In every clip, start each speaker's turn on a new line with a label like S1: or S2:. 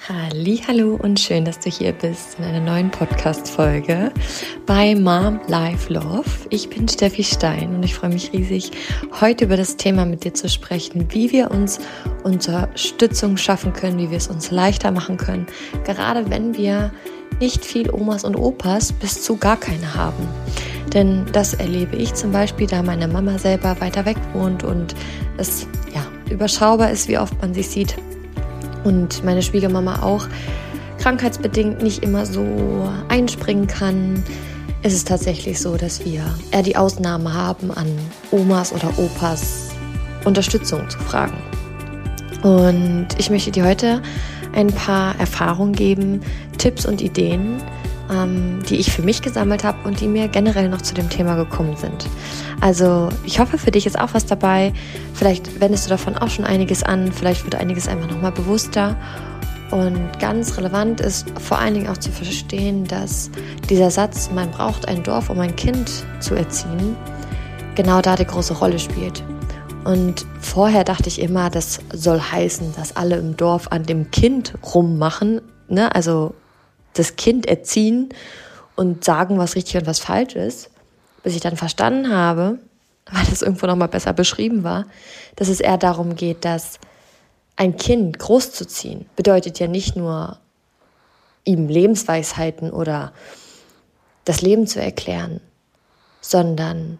S1: Hallihallo und schön, dass du hier bist in einer neuen Podcast-Folge bei Mom Life Love. Ich bin Steffi Stein und ich freue mich riesig, heute über das Thema mit dir zu sprechen, wie wir uns Unterstützung schaffen können, wie wir es uns leichter machen können, gerade wenn wir nicht viel Omas und Opas bis zu gar keine haben. Denn das erlebe ich zum Beispiel, da meine Mama selber weiter weg wohnt und es überschaubar ist, wie oft man sich sieht. Und meine Schwiegermama auch krankheitsbedingt nicht immer so einspringen kann, ist es tatsächlich so, dass wir eher die Ausnahme haben, an Omas oder Opas Unterstützung zu fragen. Und ich möchte dir heute ein paar Erfahrungen geben, Tipps und Ideen, die ich für mich gesammelt habe und die mir generell noch zu dem Thema gekommen sind. Also ich hoffe, für dich ist auch was dabei. Vielleicht wendest du davon auch schon einiges an, vielleicht wird einiges einfach nochmal bewusster. Und ganz relevant ist vor allen Dingen auch zu verstehen, dass dieser Satz, man braucht ein Dorf, um ein Kind zu erziehen, genau da die große Rolle spielt. Und vorher dachte ich immer, das soll heißen, dass alle im Dorf an dem Kind rummachen, ne? Also das Kind erziehen und sagen, was richtig und was falsch ist, bis ich dann verstanden habe, weil das irgendwo nochmal besser beschrieben war, dass es eher darum geht, dass ein Kind großzuziehen bedeutet ja nicht nur, ihm Lebensweisheiten oder das Leben zu erklären, sondern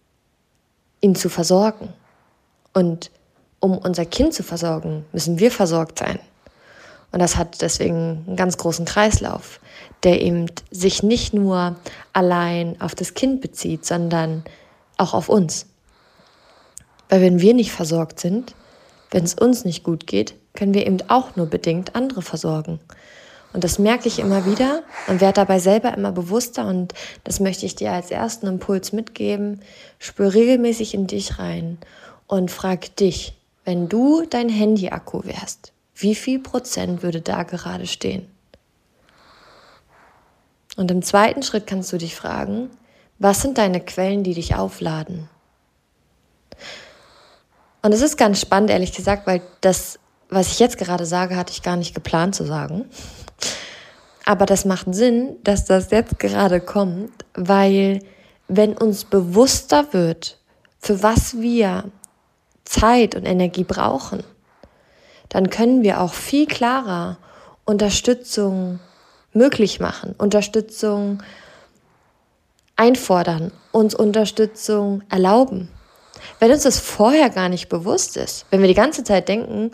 S1: ihn zu versorgen. Und um unser Kind zu versorgen, müssen wir versorgt sein. Und das hat deswegen einen ganz großen Kreislauf, der eben sich nicht nur allein auf das Kind bezieht, sondern auch auf uns. Weil wenn wir nicht versorgt sind, wenn es uns nicht gut geht, können wir eben auch nur bedingt andere versorgen. Und das merke ich immer wieder und werde dabei selber immer bewusster und das möchte ich dir als ersten Impuls mitgeben. Spür regelmäßig in dich rein und frag dich, wenn du dein Handy-Akku wärst, wie viel Prozent würde da gerade stehen? Und im zweiten Schritt kannst du dich fragen, was sind deine Quellen, die dich aufladen? Und es ist ganz spannend, ehrlich gesagt, weil das, was ich jetzt gerade sage, hatte ich gar nicht geplant zu sagen. Aber das macht Sinn, dass das jetzt gerade kommt, weil wenn uns bewusster wird, für was wir Zeit und Energie brauchen, dann können wir auch viel klarer Unterstützung möglich machen, Unterstützung einfordern, uns Unterstützung erlauben. Wenn uns das vorher gar nicht bewusst ist, wenn wir die ganze Zeit denken,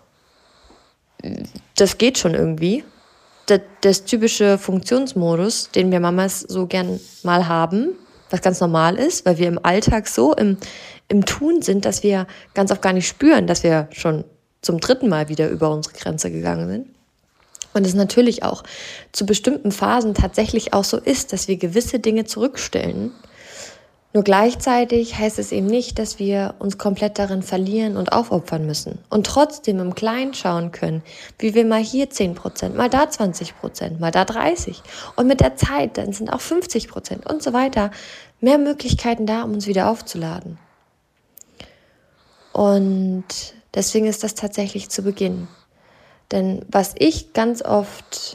S1: das geht schon irgendwie, das typische Funktionsmodus, den wir Mamas so gern mal haben, was ganz normal ist, weil wir im Alltag so im Tun sind, dass wir ganz oft gar nicht spüren, dass wir schon zum 3. Mal wieder über unsere Grenze gegangen sind. Und es natürlich auch zu bestimmten Phasen tatsächlich auch so ist, dass wir gewisse Dinge zurückstellen. Nur gleichzeitig heißt es eben nicht, dass wir uns komplett darin verlieren und aufopfern müssen. Und trotzdem im Kleinen schauen können, wie wir mal hier 10%, mal da 20%, mal da 30%. Und mit der Zeit, dann sind auch 50% und so weiter. Mehr Möglichkeiten da, um uns wieder aufzuladen. Und deswegen ist das tatsächlich zu Beginn. Denn was ich ganz oft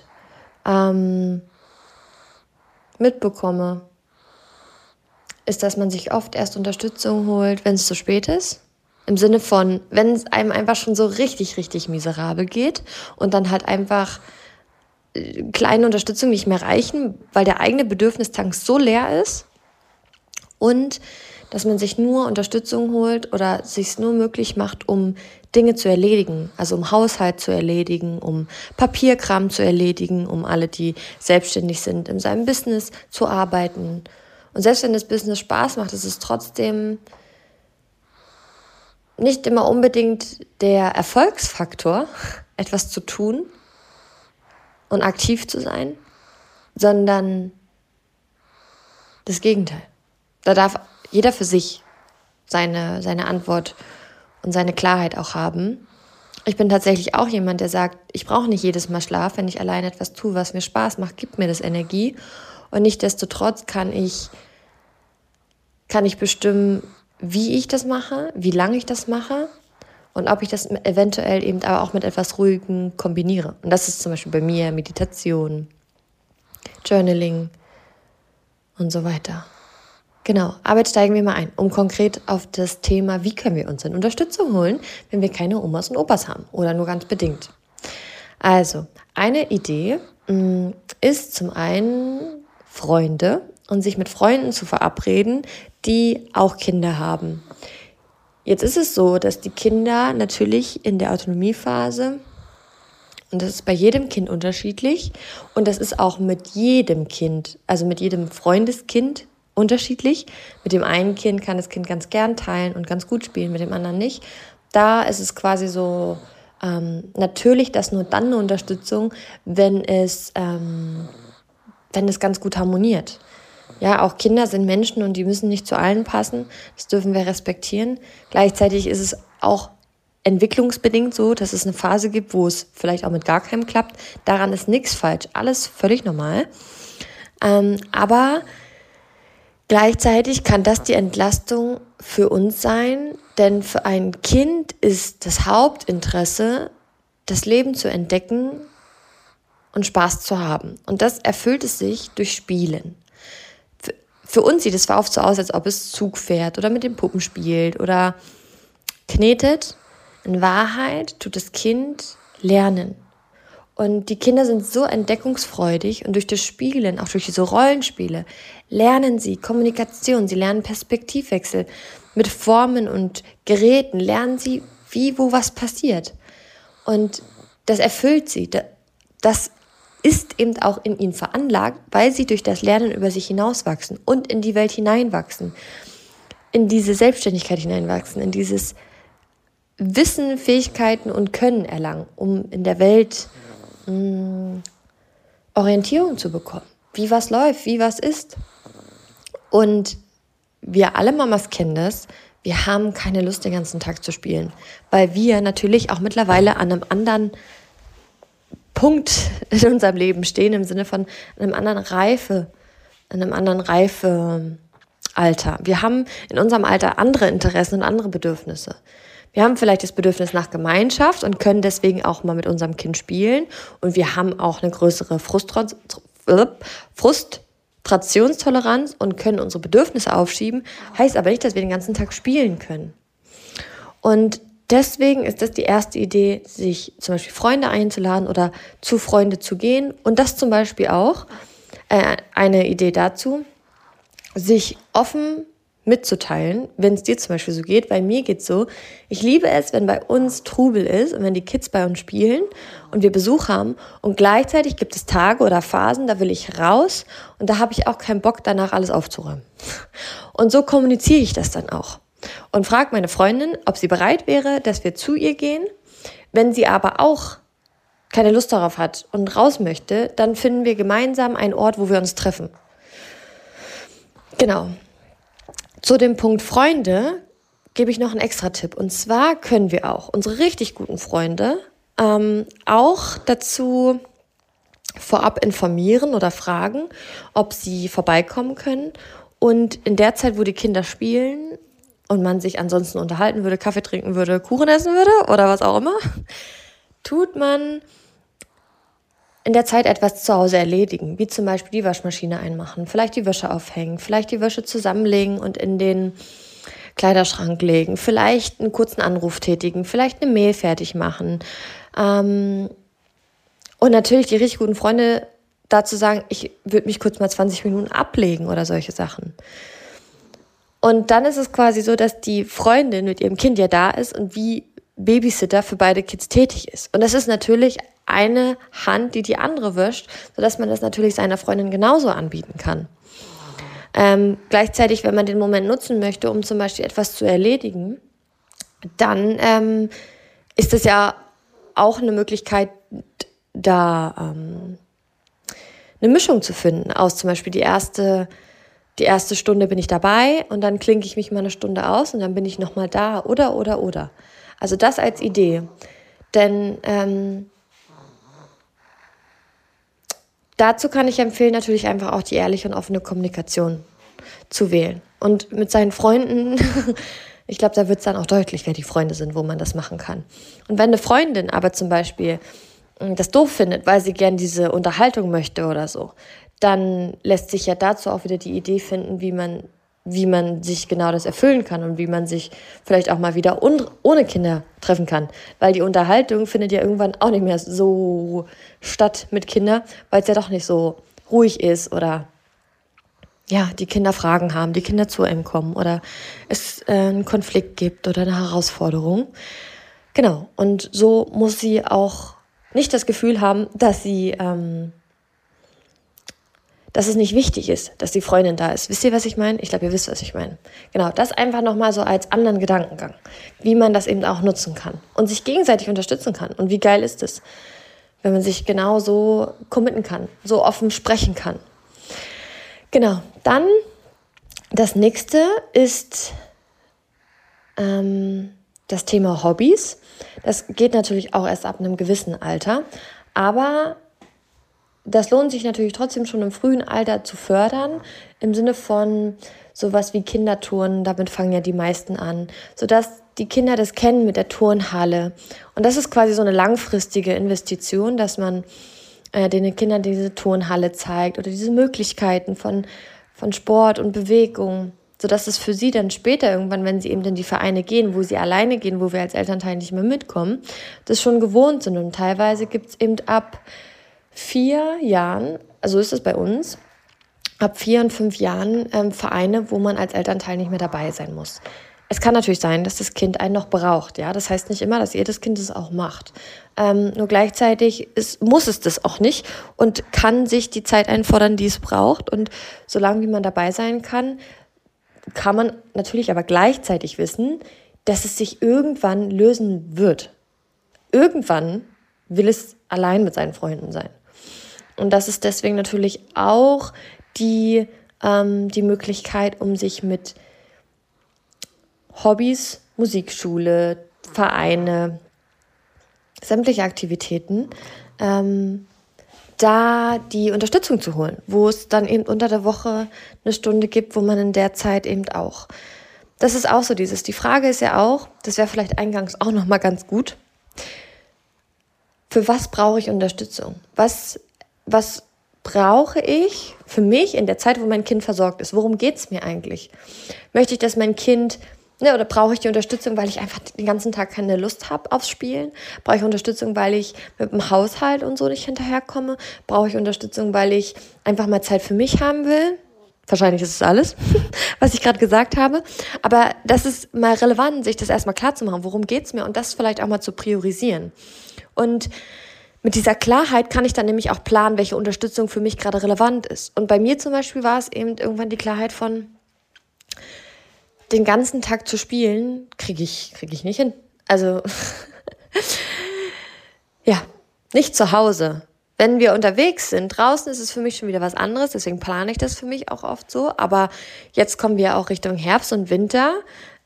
S1: mitbekomme, ist, dass man sich oft erst Unterstützung holt, wenn es zu spät ist. Im Sinne von, wenn es einem einfach schon so richtig, richtig miserabel geht und dann halt einfach kleine Unterstützung nicht mehr reichen, weil der eigene Bedürfnistank so leer ist und dass man sich nur Unterstützung holt oder sich nur möglich macht, um Dinge zu erledigen, also um Haushalt zu erledigen, um Papierkram zu erledigen, um alle, die selbstständig sind, in seinem Business zu arbeiten. Und selbst wenn das Business Spaß macht, ist es trotzdem nicht immer unbedingt der Erfolgsfaktor, etwas zu tun und aktiv zu sein, sondern das Gegenteil. Da darf jeder für sich seine Antwort und seine Klarheit auch haben. Ich bin tatsächlich auch jemand, der sagt, ich brauche nicht jedes Mal Schlaf, wenn ich allein etwas tue, was mir Spaß macht, gibt mir das Energie. Und nichtsdestotrotz kann ich bestimmen, wie ich das mache, wie lange ich das mache und ob ich das eventuell eben aber auch mit etwas Ruhigem kombiniere. Und das ist zum Beispiel bei mir Meditation, Journaling und so weiter. Genau, aber jetzt steigen wir mal ein, um konkret auf das Thema, wie können wir uns denn Unterstützung holen, wenn wir keine Omas und Opas haben oder nur ganz bedingt. Also, eine Idee ist zum einen Freunde und sich mit Freunden zu verabreden, die auch Kinder haben. Jetzt ist es so, dass die Kinder natürlich in der Autonomiephase, und das ist bei jedem Kind unterschiedlich, und das ist auch mit jedem Kind, also mit jedem Freundeskind unterschiedlich. Mit dem einen Kind kann das Kind ganz gern teilen und ganz gut spielen, mit dem anderen nicht. Da ist es quasi so natürlich, dass nur dann eine Unterstützung, wenn es ganz gut harmoniert. Ja, auch Kinder sind Menschen und die müssen nicht zu allen passen. Das dürfen wir respektieren. Gleichzeitig ist es auch entwicklungsbedingt so, dass es eine Phase gibt, wo es vielleicht auch mit gar keinem klappt. Daran ist nichts falsch. Alles völlig normal. Aber gleichzeitig kann das die Entlastung für uns sein, denn für ein Kind ist das Hauptinteresse, das Leben zu entdecken und Spaß zu haben. Und das erfüllt es sich durch Spielen. Für uns sieht es zwar oft so aus, als ob es Zug fährt oder mit den Puppen spielt oder knetet. In Wahrheit tut das Kind lernen. Und die Kinder sind so entdeckungsfreudig und durch das Spielen, auch durch diese Rollenspiele, lernen sie Kommunikation, sie lernen Perspektivwechsel. Mit Formen und Geräten lernen sie, wie, wo was passiert. Und das erfüllt sie. Das ist eben auch in ihnen veranlagt, weil sie durch das Lernen über sich hinauswachsen und in die Welt hineinwachsen, in diese Selbstständigkeit hineinwachsen, in dieses Wissen, Fähigkeiten und Können erlangen, um in der Welt Orientierung zu bekommen, wie was läuft, wie was ist. Und wir alle Mamas kennen das, wir haben keine Lust, den ganzen Tag zu spielen, weil wir natürlich auch mittlerweile an einem anderen Punkt in unserem Leben stehen, im Sinne von einem anderen Reifealter. Wir haben in unserem Alter andere Interessen und andere Bedürfnisse. Wir haben vielleicht das Bedürfnis nach Gemeinschaft und können deswegen auch mal mit unserem Kind spielen. Und wir haben auch eine größere Frustrationstoleranz und können unsere Bedürfnisse aufschieben. Heißt aber nicht, dass wir den ganzen Tag spielen können. Und deswegen ist das die erste Idee, sich zum Beispiel Freunde einzuladen oder zu Freunden zu gehen. Und das zum Beispiel auch eine Idee dazu, sich offen mitzuteilen, wenn es dir zum Beispiel so geht, weil mir geht's so, ich liebe es, wenn bei uns Trubel ist und wenn die Kids bei uns spielen und wir Besuch haben und gleichzeitig gibt es Tage oder Phasen, da will ich raus und da habe ich auch keinen Bock, danach alles aufzuräumen. Und so kommuniziere ich das dann auch und frage meine Freundin, ob sie bereit wäre, dass wir zu ihr gehen. Wenn sie aber auch keine Lust darauf hat und raus möchte, dann finden wir gemeinsam einen Ort, wo wir uns treffen. Genau. Zu dem Punkt Freunde gebe ich noch einen extra Tipp. Und zwar können wir auch unsere richtig guten Freunde auch dazu vorab informieren oder fragen, ob sie vorbeikommen können. Und in der Zeit, wo die Kinder spielen und man sich ansonsten unterhalten würde, Kaffee trinken würde, Kuchen essen würde oder was auch immer, tut man in der Zeit etwas zu Hause erledigen, wie zum Beispiel die Waschmaschine einmachen, vielleicht die Wäsche aufhängen, vielleicht die Wäsche zusammenlegen und in den Kleiderschrank legen, vielleicht einen kurzen Anruf tätigen, vielleicht eine Mail fertig machen. Und natürlich die richtig guten Freunde dazu sagen, ich würde mich kurz mal 20 Minuten ablegen oder solche Sachen. Und dann ist es quasi so, dass die Freundin mit ihrem Kind ja da ist und wie Babysitter für beide Kids tätig ist. Und das ist natürlich eine Hand, die die andere wischt, sodass man das natürlich seiner Freundin genauso anbieten kann. Gleichzeitig, wenn man den Moment nutzen möchte, um zum Beispiel etwas zu erledigen, dann ist es ja auch eine Möglichkeit, da eine Mischung zu finden aus zum Beispiel die erste Stunde bin ich dabei und dann klinke ich mich mal eine Stunde aus und dann bin ich nochmal da oder. Also das als Idee. Denn dazu kann ich empfehlen, natürlich einfach auch die ehrliche und offene Kommunikation zu wählen. Und mit seinen Freunden Ich glaube, da wird es dann auch deutlich, wer die Freunde sind, wo man das machen kann. Und wenn eine Freundin aber zum Beispiel das doof findet, weil sie gern diese Unterhaltung möchte oder so, dann lässt sich ja dazu auch wieder die Idee finden, wie man sich genau das erfüllen kann und wie man sich vielleicht auch mal wieder ohne Kinder treffen kann. Weil die Unterhaltung findet ja irgendwann auch nicht mehr so statt mit Kindern, weil es ja doch nicht so ruhig ist oder ja, die Kinder Fragen haben, die Kinder zu einem kommen oder es einen Konflikt gibt oder eine Herausforderung. Genau, und so muss sie auch nicht das Gefühl haben, dass es nicht wichtig ist, dass die Freundin da ist. Wisst ihr, was ich meine? Ich glaube, ihr wisst, was ich meine. Genau, das einfach nochmal so als anderen Gedankengang, wie man das eben auch nutzen kann und sich gegenseitig unterstützen kann. Und wie geil ist es, wenn man sich genau so committen kann, so offen sprechen kann. Genau, dann das nächste ist das Thema Hobbys. Das geht natürlich auch erst ab einem gewissen Alter, aber das lohnt sich natürlich trotzdem schon im frühen Alter zu fördern, im Sinne von sowas wie Kinderturnen, damit fangen ja die meisten an, sodass die Kinder das kennen mit der Turnhalle. Und das ist quasi so eine langfristige Investition, dass man den Kindern diese Turnhalle zeigt oder diese Möglichkeiten von Sport und Bewegung, sodass es für sie dann später irgendwann, wenn sie eben in die Vereine gehen, wo sie alleine gehen, wo wir als Elternteil nicht mehr mitkommen, das schon gewohnt sind. Und teilweise gibt es eben ab 4 Jahren, also ist es bei uns, ab 4 und 5 Jahren Vereine, wo man als Elternteil nicht mehr dabei sein muss. Es kann natürlich sein, dass das Kind einen noch braucht. Ja, das heißt nicht immer, dass jedes Kind es auch macht. Nur gleichzeitig muss es das auch nicht und kann sich die Zeit einfordern, die es braucht. Und solange wie man dabei sein kann, kann man natürlich aber gleichzeitig wissen, dass es sich irgendwann lösen wird. Irgendwann will es allein mit seinen Freunden sein. Und das ist deswegen natürlich auch die Möglichkeit, um sich mit Hobbys, Musikschule, Vereine, sämtliche Aktivitäten, da die Unterstützung zu holen, wo es dann eben unter der Woche eine Stunde gibt, wo man in der Zeit eben auch. Das ist auch so die Frage ist ja auch, das wäre vielleicht eingangs auch nochmal ganz gut, für was brauche ich Unterstützung? Was brauche ich für mich in der Zeit, wo mein Kind versorgt ist? Worum geht es mir eigentlich? Möchte ich, dass mein Kind, oder brauche ich die Unterstützung, weil ich einfach den ganzen Tag keine Lust habe aufs Spielen? Brauche ich Unterstützung, weil ich mit dem Haushalt und so nicht hinterherkomme? Brauche ich Unterstützung, weil ich einfach mal Zeit für mich haben will? Wahrscheinlich ist es alles, was ich gerade gesagt habe. Aber das ist mal relevant, sich das erstmal klar zu machen. Worum geht es mir? Und das vielleicht auch mal zu priorisieren. Und mit dieser Klarheit kann ich dann nämlich auch planen, welche Unterstützung für mich gerade relevant ist. Und bei mir zum Beispiel war es eben irgendwann die Klarheit von, den ganzen Tag zu spielen, kriege ich nicht hin. Also, ja, nicht zu Hause. Wenn wir unterwegs sind, draußen ist es für mich schon wieder was anderes, deswegen plane ich das für mich auch oft so. Aber jetzt kommen wir auch Richtung Herbst und Winter.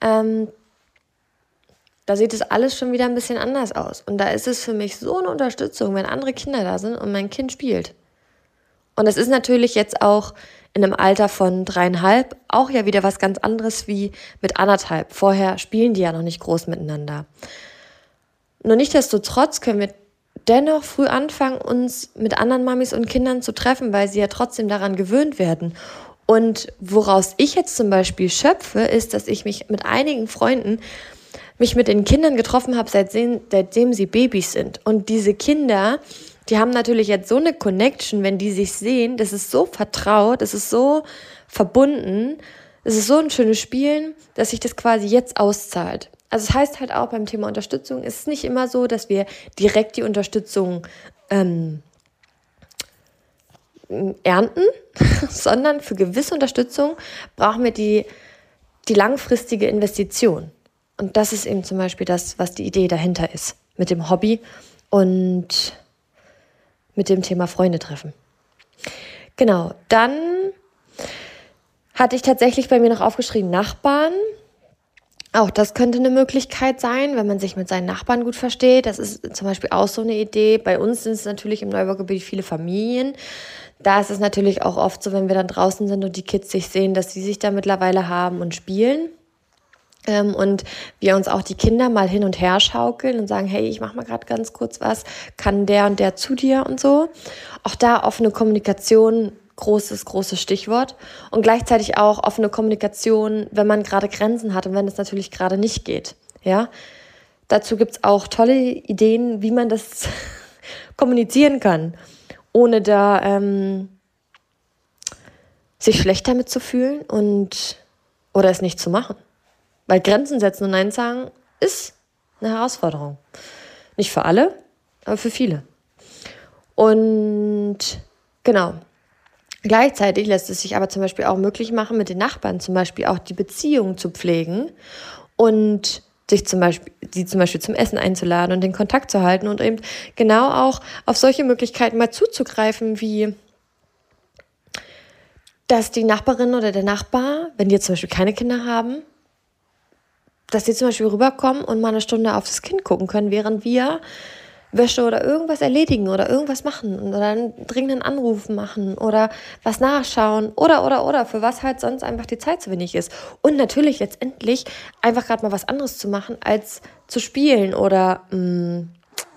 S1: Da sieht es alles schon wieder ein bisschen anders aus. Und da ist es für mich so eine Unterstützung, wenn andere Kinder da sind und mein Kind spielt. Und es ist natürlich jetzt auch in einem Alter von 3,5 auch ja wieder was ganz anderes wie mit 1,5. Vorher spielen die ja noch nicht groß miteinander. Nur nichtsdestotrotz können wir dennoch früh anfangen, uns mit anderen Mamis und Kindern zu treffen, weil sie ja trotzdem daran gewöhnt werden. Und woraus ich jetzt zum Beispiel schöpfe, ist, dass ich mich mit einigen Freunden mit den Kindern getroffen habe, seitdem sie Babys sind. Und diese Kinder, die haben natürlich jetzt so eine Connection, wenn die sich sehen, das ist so vertraut, das ist so verbunden, das ist so ein schönes Spielen, dass sich das quasi jetzt auszahlt. Also es heißt halt auch beim Thema Unterstützung, es ist nicht immer so, dass wir direkt die Unterstützung ernten, sondern für gewisse Unterstützung brauchen wir die langfristige Investition. Und das ist eben zum Beispiel das, was die Idee dahinter ist, mit dem Hobby und mit dem Thema Freunde treffen. Genau, dann hatte ich tatsächlich bei mir noch aufgeschrieben Nachbarn. Auch das könnte eine Möglichkeit sein, wenn man sich mit seinen Nachbarn gut versteht. Das ist zum Beispiel auch so eine Idee. Bei uns sind es natürlich im Neubaugebiet viele Familien. Da ist es natürlich auch oft so, wenn wir dann draußen sind und die Kids sich sehen, dass sie sich da mittlerweile haben und spielen. Und wir uns auch die Kinder mal hin und her schaukeln und sagen, hey, ich mache mal gerade ganz kurz was, kann der und der zu dir und so. Auch da offene Kommunikation, großes Stichwort. Und gleichzeitig auch offene Kommunikation, wenn man gerade Grenzen hat und wenn es natürlich gerade nicht geht. Ja, dazu gibt's auch tolle Ideen, wie man das kommunizieren kann, ohne da sich schlecht damit zu fühlen oder es nicht zu machen. Weil Grenzen setzen und Nein sagen ist eine Herausforderung. Nicht für alle, aber für viele. Und genau. Gleichzeitig lässt es sich aber zum Beispiel auch möglich machen, mit den Nachbarn zum Beispiel auch die Beziehung zu pflegen und sie zum Beispiel zum Essen einzuladen und den Kontakt zu halten und eben genau auch auf solche Möglichkeiten mal zuzugreifen, wie dass die Nachbarin oder der Nachbar, wenn die jetzt zum Beispiel keine Kinder haben, dass die zum Beispiel rüberkommen und mal eine Stunde auf das Kind gucken können, während wir Wäsche oder irgendwas erledigen oder irgendwas machen oder einen dringenden Anruf machen oder was nachschauen oder, für was halt sonst einfach die Zeit zu wenig ist. Und natürlich letztendlich einfach gerade mal was anderes zu machen, als zu spielen oder uns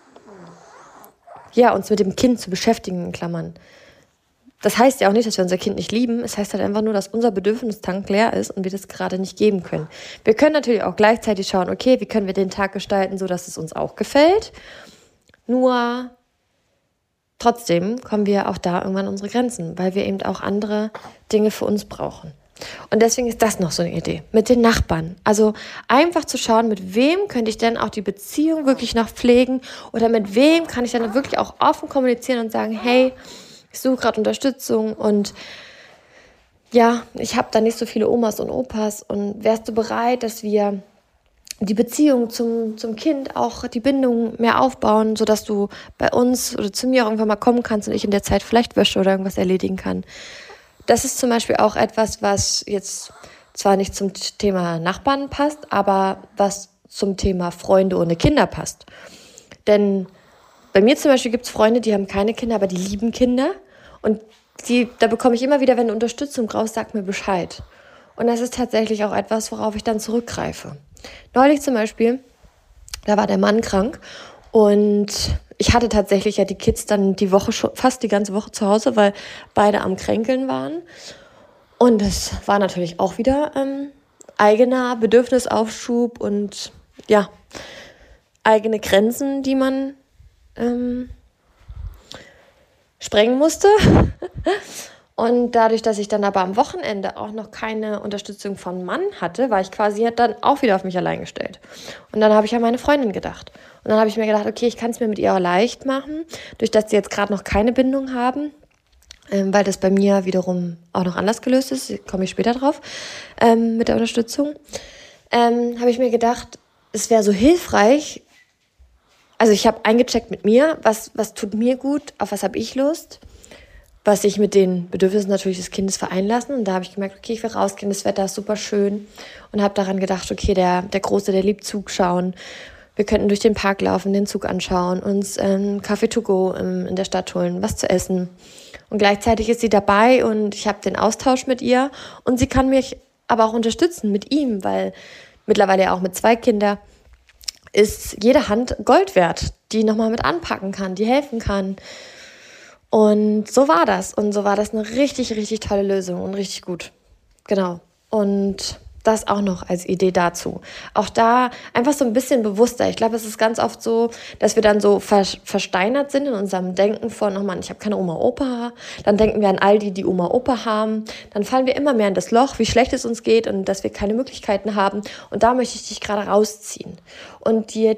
S1: mit dem Kind zu beschäftigen, in Klammern. Das heißt ja auch nicht, dass wir unser Kind nicht lieben. Es heißt halt einfach nur, dass unser Bedürfnistank leer ist und wir das gerade nicht geben können. Wir können natürlich auch gleichzeitig schauen, okay, wie können wir den Tag gestalten, so dass es uns auch gefällt. Nur trotzdem kommen wir auch da irgendwann an unsere Grenzen, weil wir eben auch andere Dinge für uns brauchen. Und deswegen ist das noch so eine Idee mit den Nachbarn. Also einfach zu schauen, mit wem könnte ich denn auch die Beziehung wirklich noch pflegen oder mit wem kann ich dann wirklich auch offen kommunizieren und sagen, hey, ich suche gerade Unterstützung und ja, ich habe da nicht so viele Omas und Opas und wärst du bereit, dass wir die Beziehung zum Kind, auch die Bindung mehr aufbauen, sodass du bei uns oder zu mir irgendwann mal kommen kannst und ich in der Zeit vielleicht Wäsche oder irgendwas erledigen kann. Das ist zum Beispiel auch etwas, was jetzt zwar nicht zum Thema Nachbarn passt, aber was zum Thema Freunde ohne Kinder passt. Denn bei mir zum Beispiel gibt es Freunde, die haben keine Kinder, aber die lieben Kinder. Und da bekomme ich immer wieder, wenn du Unterstützung brauchst, sag mir Bescheid. Und das ist tatsächlich auch etwas, worauf ich dann zurückgreife. Neulich zum Beispiel, da war der Mann krank und ich hatte tatsächlich ja die Kids dann die Woche schon fast die ganze Woche zu Hause, weil beide am Kränkeln waren. Und es war natürlich auch wieder eigener Bedürfnisaufschub und ja, eigene Grenzen, die man sprengen musste. Und dadurch, dass ich dann aber am Wochenende auch noch keine Unterstützung von Mann hatte, war ich quasi dann auch wieder auf mich allein gestellt. Und dann habe ich an meine Freundin gedacht. Und dann habe ich mir gedacht, okay, ich kann es mir mit ihr leicht machen, durch dass sie jetzt gerade noch keine Bindung haben, weil das bei mir wiederum auch noch anders gelöst ist, komme ich später drauf, mit der Unterstützung, habe ich mir gedacht, es wäre so hilfreich. Also ich habe eingecheckt mit mir, was tut mir gut, auf was habe ich Lust, was sich mit den Bedürfnissen natürlich des Kindes vereinlassen. Und da habe ich gemerkt, okay, ich will rausgehen, das Wetter ist super schön. Und habe daran gedacht, okay, der Große, der liebt Zug schauen. Wir könnten durch den Park laufen, den Zug anschauen, uns Kaffee to go in der Stadt holen, was zu essen. Und gleichzeitig ist sie dabei und ich habe den Austausch mit ihr. Und sie kann mich aber auch unterstützen mit ihm, weil mittlerweile ja auch mit 2 Kindern ist jede Hand Gold wert, die nochmal mit anpacken kann, die helfen kann. Und so war das. Und so war das eine richtig, richtig tolle Lösung und richtig gut. Genau. Und das auch noch als Idee dazu. Auch da einfach so ein bisschen bewusster. Ich glaube, es ist ganz oft so, dass wir dann so versteinert sind in unserem Denken von, oh Mann, ich habe keine Oma, Opa. Dann denken wir an all die Oma, Opa haben. Dann fallen wir immer mehr in das Loch, wie schlecht es uns geht und dass wir keine Möglichkeiten haben. Und da möchte ich dich gerade rausziehen und dir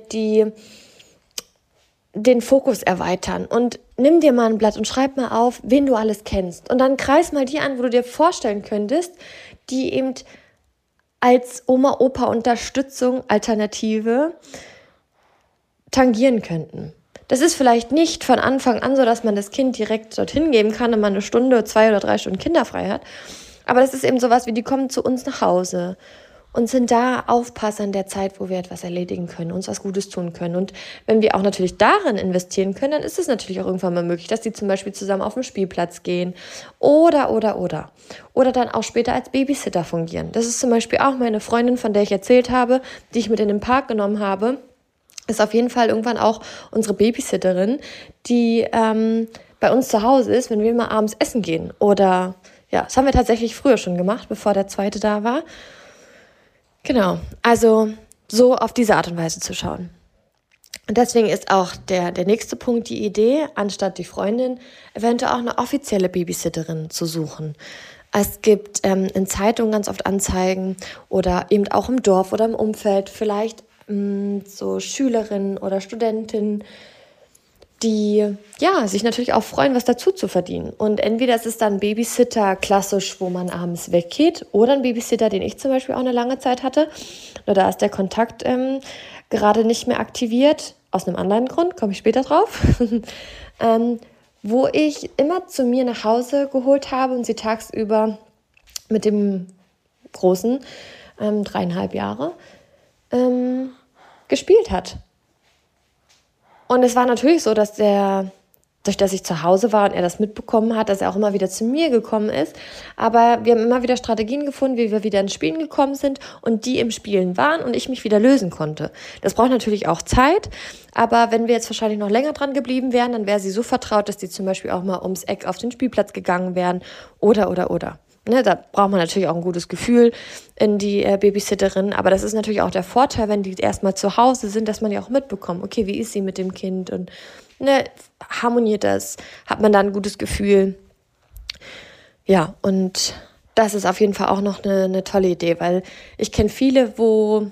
S1: den Fokus erweitern. Und nimm dir mal ein Blatt und schreib mal auf, wen du alles kennst. Und dann kreis mal die an, wo du dir vorstellen könntest, die eben als Oma-Opa-Unterstützung, Alternative tangieren könnten. Das ist vielleicht nicht von Anfang an so, dass man das Kind direkt dorthin geben kann und man 1 Stunde, 2 oder 3 Stunden kinderfrei hat. Aber das ist eben sowas wie, die kommen zu uns nach Hause und sind da Aufpasser in der Zeit, wo wir etwas erledigen können, uns was Gutes tun können. Und wenn wir auch natürlich darin investieren können, dann ist es natürlich auch irgendwann mal möglich, dass die zum Beispiel zusammen auf den Spielplatz gehen oder dann auch später als Babysitter fungieren. Das ist zum Beispiel auch meine Freundin, von der ich erzählt habe, die ich mit in den Park genommen habe, ist auf jeden Fall irgendwann auch unsere Babysitterin, die bei uns zu Hause ist, wenn wir mal abends essen gehen. Oder ja, das haben wir tatsächlich früher schon gemacht, bevor der Zweite da war. Genau, also so auf diese Art und Weise zu schauen. Und deswegen ist auch der nächste Punkt die Idee, anstatt die Freundin, eventuell auch eine offizielle Babysitterin zu suchen. Es gibt in Zeitungen ganz oft Anzeigen oder eben auch im Dorf oder im Umfeld vielleicht so Schülerinnen oder Studentinnen, die ja sich natürlich auch freuen, was dazu zu verdienen. Und entweder ist es dann Babysitter klassisch, wo man abends weggeht, oder ein Babysitter, den ich zum Beispiel auch eine lange Zeit hatte. Nur da ist der Kontakt gerade nicht mehr aktiviert, aus einem anderen Grund, komme ich später drauf, wo ich immer zu mir nach Hause geholt habe und sie tagsüber mit dem Großen, 3,5 Jahre, gespielt hat. Und es war natürlich so, dass durch dass ich zu Hause war und er das mitbekommen hat, dass er auch immer wieder zu mir gekommen ist. Aber wir haben immer wieder Strategien gefunden, wie wir wieder ins Spielen gekommen sind und die im Spielen waren und ich mich wieder lösen konnte. Das braucht natürlich auch Zeit, aber wenn wir jetzt wahrscheinlich noch länger dran geblieben wären, dann wäre sie so vertraut, dass die zum Beispiel auch mal ums Eck auf den Spielplatz gegangen wären oder. Ne, da braucht man natürlich auch ein gutes Gefühl in die Babysitterin, aber das ist natürlich auch der Vorteil, wenn die erstmal zu Hause sind, dass man ja auch mitbekommt, okay, wie ist sie mit dem Kind und ne, harmoniert das, hat man da ein gutes Gefühl. Ja, und das ist auf jeden Fall auch noch eine tolle Idee, weil ich kenne viele, wo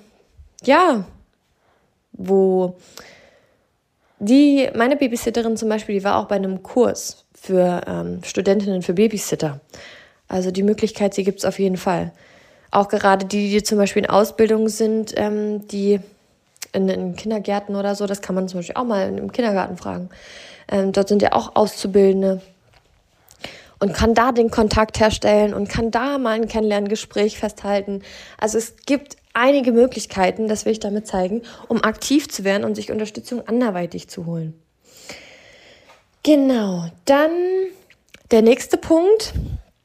S1: meine Babysitterin zum Beispiel, die war auch bei einem Kurs für Studentinnen für Babysitter. Also die Möglichkeit, sie gibt es auf jeden Fall. Auch gerade die zum Beispiel in Ausbildung sind, die in Kindergärten oder so, das kann man zum Beispiel auch mal im Kindergarten fragen. Dort sind ja auch Auszubildende und kann da den Kontakt herstellen und kann da mal ein Kennenlerngespräch festhalten. Also es gibt einige Möglichkeiten, das will ich damit zeigen, um aktiv zu werden und sich Unterstützung anderweitig zu holen. Genau, dann der nächste Punkt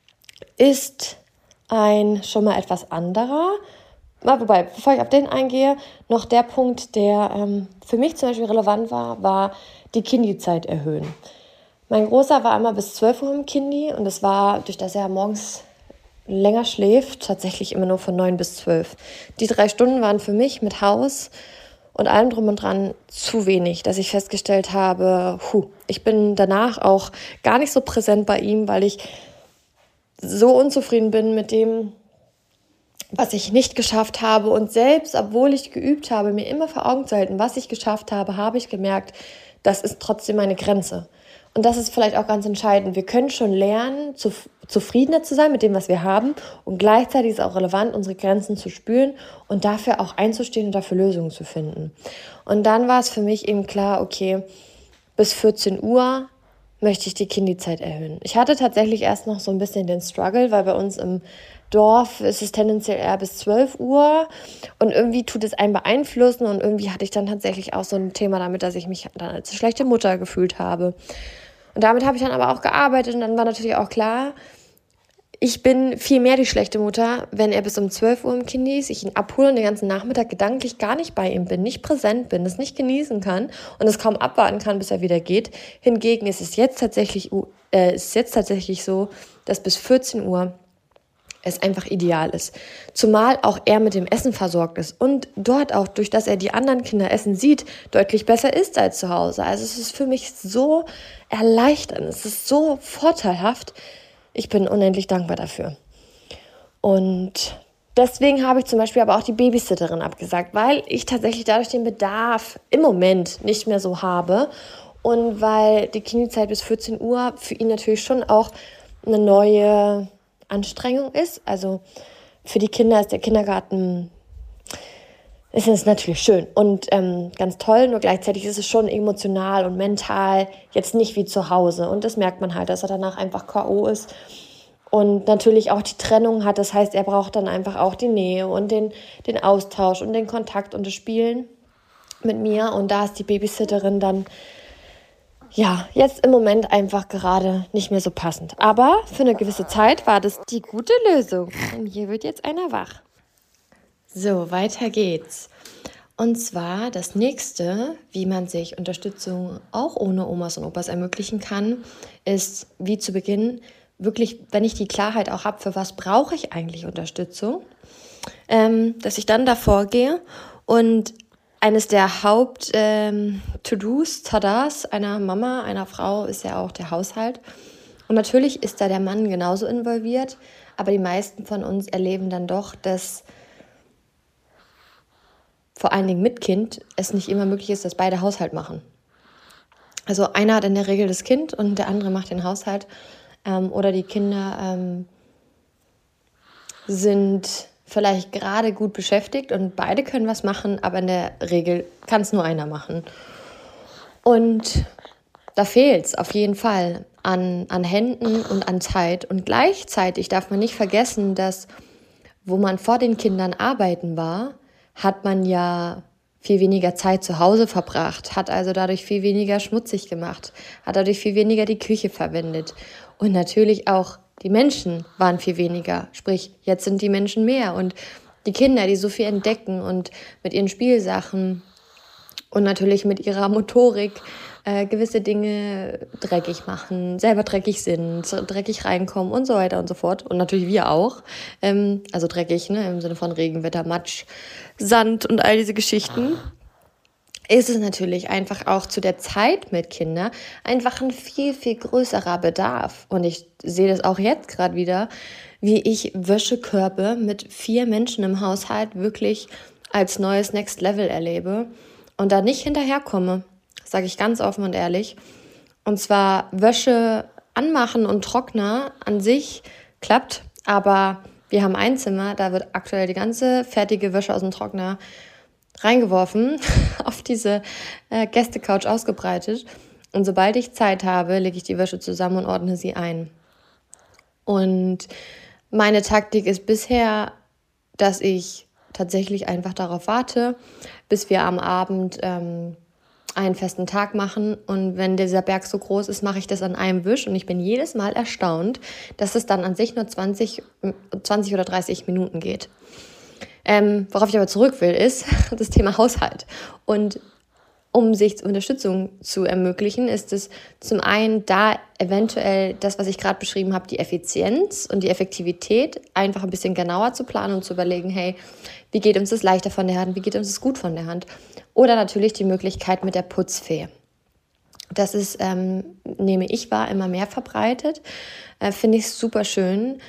S1: ist schon mal etwas anderer. Wobei, bevor ich auf den eingehe, noch der Punkt, der für mich zum Beispiel relevant war die Kindi-Zeit erhöhen. Mein Großer war einmal bis 12 Uhr im Kindi und das war, durch das er morgens länger schläft, tatsächlich immer nur von 9 bis 12. Die 3 Stunden waren für mich mit Haus und allem drum und dran zu wenig, dass ich festgestellt habe, ich bin danach auch gar nicht so präsent bei ihm, weil ich so unzufrieden bin mit dem, was ich nicht geschafft habe. Und selbst, obwohl ich geübt habe, mir immer vor Augen zu halten, was ich geschafft habe, habe ich gemerkt, das ist trotzdem meine Grenze. Und das ist vielleicht auch ganz entscheidend. Wir können schon lernen, zufriedener zu sein mit dem, was wir haben. Und gleichzeitig ist es auch relevant, unsere Grenzen zu spüren und dafür auch einzustehen und dafür Lösungen zu finden. Und dann war es für mich eben klar, okay, bis 14 Uhr möchte ich die Kindi-Zeit erhöhen. Ich hatte tatsächlich erst noch so ein bisschen den Struggle, weil bei uns im Dorf ist es tendenziell eher bis 12 Uhr und irgendwie tut es einen beeinflussen und irgendwie hatte ich dann tatsächlich auch so ein Thema damit, dass ich mich dann als schlechte Mutter gefühlt habe. Und damit habe ich dann aber auch gearbeitet und dann war natürlich auch klar, ich bin viel mehr die schlechte Mutter, wenn er bis um 12 Uhr im Kindi ist, ich ihn abhole und den ganzen Nachmittag gedanklich gar nicht bei ihm bin, nicht präsent bin, es nicht genießen kann und es kaum abwarten kann, bis er wieder geht. Hingegen ist es jetzt tatsächlich so, dass bis 14 Uhr es einfach ideal ist. Zumal auch er mit dem Essen versorgt ist und dort auch, durch dass er die anderen Kinder essen sieht, deutlich besser ist als zu Hause. Also es ist für mich so erleichternd, es ist so vorteilhaft. Ich bin unendlich dankbar dafür. Und deswegen habe ich zum Beispiel aber auch die Babysitterin abgesagt, weil ich tatsächlich dadurch den Bedarf im Moment nicht mehr so habe und weil die Kindi-Zeit bis 14 Uhr für ihn natürlich schon auch eine neue Anstrengung ist. Also für die Kinder ist der Kindergarten, ist es natürlich schön und ganz toll, nur gleichzeitig ist es schon emotional und mental jetzt nicht wie zu Hause und das merkt man halt, dass er danach einfach K.O. ist und natürlich auch die Trennung hat. Das heißt, er braucht dann einfach auch die Nähe und den Austausch und den Kontakt und das Spielen mit mir. Und da ist die Babysitterin dann, ja, jetzt im Moment einfach gerade nicht mehr so passend. Aber für eine gewisse Zeit war das die gute Lösung. Und hier wird jetzt einer wach. So, weiter geht's. Und zwar das nächste, wie man sich Unterstützung auch ohne Omas und Opas ermöglichen kann, ist, wie zu Beginn, wirklich, wenn ich die Klarheit auch habe, für was brauche ich eigentlich Unterstützung, dass ich dann davor gehe und eines der Haupt-To-Dos, Tadas einer Mama, einer Frau ist ja auch der Haushalt. Und natürlich ist da der Mann genauso involviert, aber die meisten von uns erleben dann doch, dass vor allen Dingen mit Kind es nicht immer möglich ist, dass beide Haushalt machen. Also einer hat in der Regel das Kind und der andere macht den Haushalt. Oder die Kinder sind vielleicht gerade gut beschäftigt und beide können was machen, aber in der Regel kann es nur einer machen. Und da fehlt es auf jeden Fall an Händen und an Zeit. Und gleichzeitig darf man nicht vergessen, dass, wo man vor den Kindern arbeiten war, hat man ja viel weniger Zeit zu Hause verbracht, hat also dadurch viel weniger schmutzig gemacht, hat dadurch viel weniger die Küche verwendet. Und natürlich auch die Menschen waren viel weniger. Sprich, jetzt sind die Menschen mehr. Und die Kinder, die so viel entdecken und mit ihren Spielsachen und natürlich mit ihrer Motorik gewisse Dinge dreckig machen, selber dreckig sind, dreckig reinkommen und so weiter und so fort. Und natürlich wir auch. Also dreckig, ne, im Sinne von Regenwetter, Matsch, Sand und all diese Geschichten. Ist es natürlich einfach auch zu der Zeit mit Kindern einfach ein viel, viel größerer Bedarf. Und ich sehe das auch jetzt gerade wieder, wie ich Wäschekörbe mit 4 Menschen im Haushalt wirklich als neues Next Level erlebe und da nicht hinterherkomme. Sage ich ganz offen und ehrlich. Und zwar Wäsche anmachen und Trockner an sich klappt, aber wir haben ein Zimmer, da wird aktuell die ganze fertige Wäsche aus dem Trockner reingeworfen, auf diese Gästecouch ausgebreitet. Und sobald ich Zeit habe, lege ich die Wäsche zusammen und ordne sie ein. Und meine Taktik ist bisher, dass ich tatsächlich einfach darauf warte, bis wir am Abend einen festen Tag machen. Und wenn dieser Berg so groß ist, mache ich das an einem Wisch. Und ich bin jedes Mal erstaunt, dass es dann an sich nur 20 oder 30 Minuten geht. Worauf ich aber zurück will, ist das Thema Haushalt. Und um sich Unterstützung zu ermöglichen, ist es zum einen da eventuell das, was ich gerade beschrieben habe, die Effizienz und die Effektivität, einfach ein bisschen genauer zu planen und zu überlegen, hey, wie geht uns das leichter von der Hand, wie geht uns das gut von der Hand? Oder natürlich die Möglichkeit mit der Putzfee. Das ist, nehme ich wahr, immer mehr verbreitet. Finde ich super schön.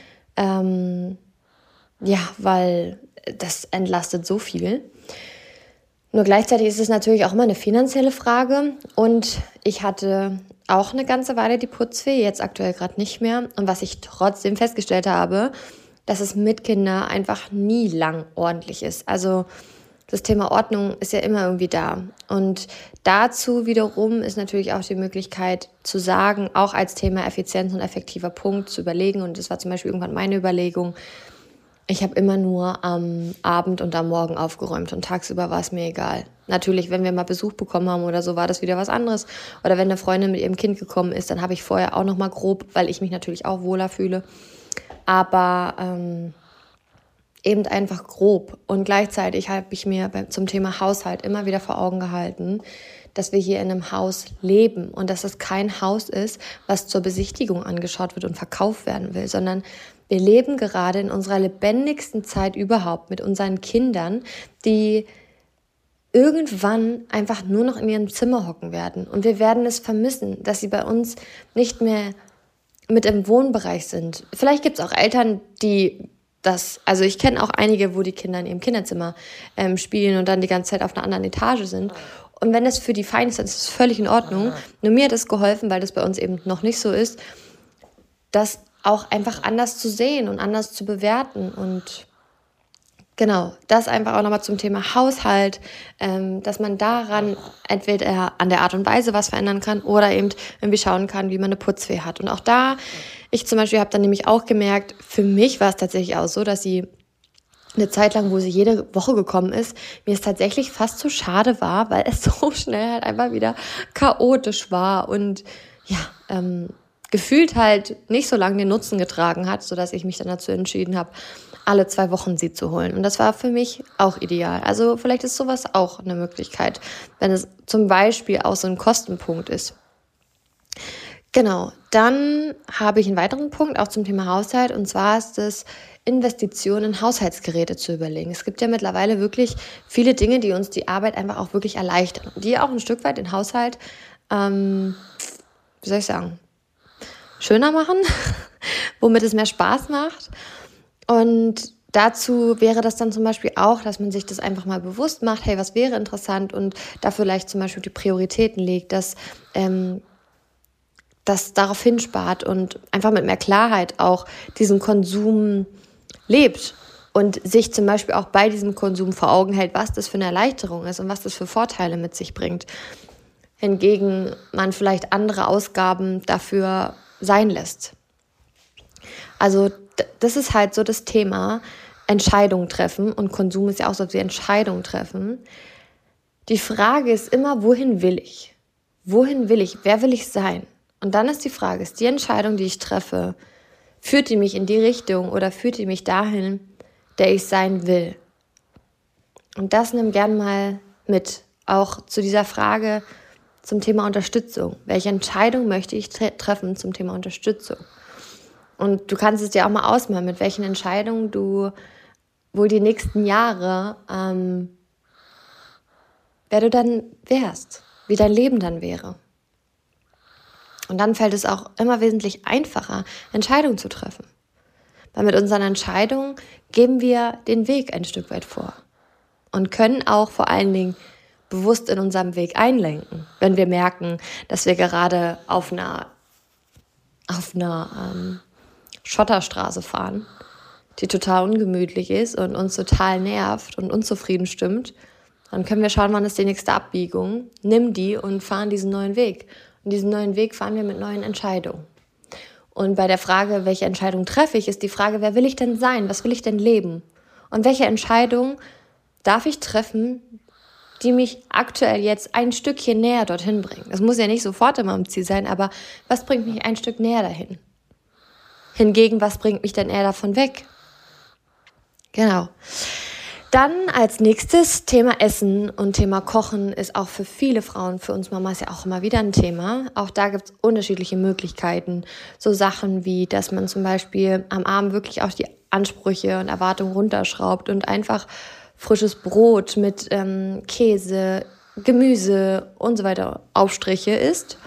S1: Ja, weil das entlastet so viel. Nur gleichzeitig ist es natürlich auch immer eine finanzielle Frage. Und ich hatte auch eine ganze Weile die Putzfee, jetzt aktuell gerade nicht mehr. Und was ich trotzdem festgestellt habe, dass es mit Kindern einfach nie lang ordentlich ist. Also das Thema Ordnung ist ja immer irgendwie da. Und dazu wiederum ist natürlich auch die Möglichkeit zu sagen, auch als Thema Effizienz und effektiver Punkt zu überlegen. Und das war zum Beispiel irgendwann meine Überlegung. Ich habe immer nur am Abend und am Morgen aufgeräumt und tagsüber war es mir egal. Natürlich, wenn wir mal Besuch bekommen haben oder so, war das wieder was anderes. Oder wenn eine Freundin mit ihrem Kind gekommen ist, dann habe ich vorher auch noch mal grob, weil ich mich natürlich auch wohler fühle. Aber eben einfach grob. Und gleichzeitig habe ich mir zum Thema Haushalt immer wieder vor Augen gehalten, dass wir hier in einem Haus leben und dass es kein Haus ist, was zur Besichtigung angeschaut wird und verkauft werden will, sondern wir leben gerade in unserer lebendigsten Zeit überhaupt mit unseren Kindern, die irgendwann einfach nur noch in ihrem Zimmer hocken werden. Und wir werden es vermissen, dass sie bei uns nicht mehr mit im Wohnbereich sind. Vielleicht gibt es auch Eltern, die das, also ich kenne auch einige, wo die Kinder in ihrem Kinderzimmer spielen und dann die ganze Zeit auf einer anderen Etage sind. Und wenn das für die fein ist, dann ist das völlig in Ordnung. Nur mir hat es geholfen, weil das bei uns eben noch nicht so ist, das auch einfach anders zu sehen und anders zu bewerten. Und genau, das einfach auch nochmal zum Thema Haushalt, dass man daran entweder an der Art und Weise was verändern kann oder eben irgendwie schauen kann, wie man eine Putzfee hat. Und auch da Ich zum Beispiel habe dann nämlich auch gemerkt, für mich war es tatsächlich auch so, dass sie eine Zeit lang, wo sie jede Woche gekommen ist, mir es tatsächlich fast zu schade war, weil es so schnell halt einfach wieder chaotisch war und ja, gefühlt halt nicht so lange den Nutzen getragen hat, sodass ich mich dann dazu entschieden habe, alle 2 Wochen sie zu holen. Und das war für mich auch ideal. Also vielleicht ist sowas auch eine Möglichkeit, wenn es zum Beispiel auch so ein Kostenpunkt ist. Genau, dann habe ich einen weiteren Punkt auch zum Thema Haushalt, und zwar ist es, Investitionen in Haushaltsgeräte zu überlegen. Es gibt ja mittlerweile wirklich viele Dinge, die uns die Arbeit einfach auch wirklich erleichtern, die auch ein Stück weit den Haushalt, wie soll ich sagen, schöner machen, womit es mehr Spaß macht. Und dazu wäre das dann zum Beispiel auch, dass man sich das einfach mal bewusst macht, hey, was wäre interessant, und da vielleicht zum Beispiel die Prioritäten legt, dass das darauf hinspart und einfach mit mehr Klarheit auch diesen Konsum lebt und sich zum Beispiel auch bei diesem Konsum vor Augen hält, was das für eine Erleichterung ist und was das für Vorteile mit sich bringt. Hingegen man vielleicht andere Ausgaben dafür sein lässt. Also das ist halt so das Thema Entscheidungen treffen, und Konsum ist ja auch so, die Entscheidungen treffen. Die Frage ist immer, wohin will ich? Wohin will ich? Wer will ich sein? Und dann ist die Frage, ist die Entscheidung, die ich treffe, führt die mich in die Richtung oder führt die mich dahin, der ich sein will? Und das nimm gern mal mit, auch zu dieser Frage zum Thema Unterstützung. Welche Entscheidung möchte ich treffen zum Thema Unterstützung? Und du kannst es dir auch mal ausmalen, mit welchen Entscheidungen du wohl die nächsten Jahre, wer du dann wärst, wie dein Leben dann wäre. Und dann fällt es auch immer wesentlich einfacher, Entscheidungen zu treffen. Weil mit unseren Entscheidungen geben wir den Weg ein Stück weit vor und können auch vor allen Dingen bewusst in unserem Weg einlenken, wenn wir merken, dass wir gerade auf einer Schotterstraße fahren, die total ungemütlich ist und uns total nervt und unzufrieden stimmt. Dann können wir schauen, wann ist die nächste Abbiegung, nimm die und fahren diesen neuen Weg. Und diesen neuen Weg fahren wir mit neuen Entscheidungen. Und bei der Frage, welche Entscheidung treffe ich, ist die Frage, wer will ich denn sein? Was will ich denn leben? Und welche Entscheidung darf ich treffen, die mich aktuell jetzt ein Stückchen näher dorthin bringen? Das muss ja nicht sofort immer am Ziel sein, aber was bringt mich ein Stück näher dahin? Hingegen, was bringt mich denn eher davon weg? Genau. Dann als nächstes Thema Essen und Thema Kochen ist auch für viele Frauen, für uns Mamas ja auch immer wieder ein Thema. Auch da gibt es unterschiedliche Möglichkeiten. So Sachen wie, dass man zum Beispiel am Abend wirklich auch die Ansprüche und Erwartungen runterschraubt und einfach frisches Brot mit Käse, Gemüse und so weiter Aufstriche isst.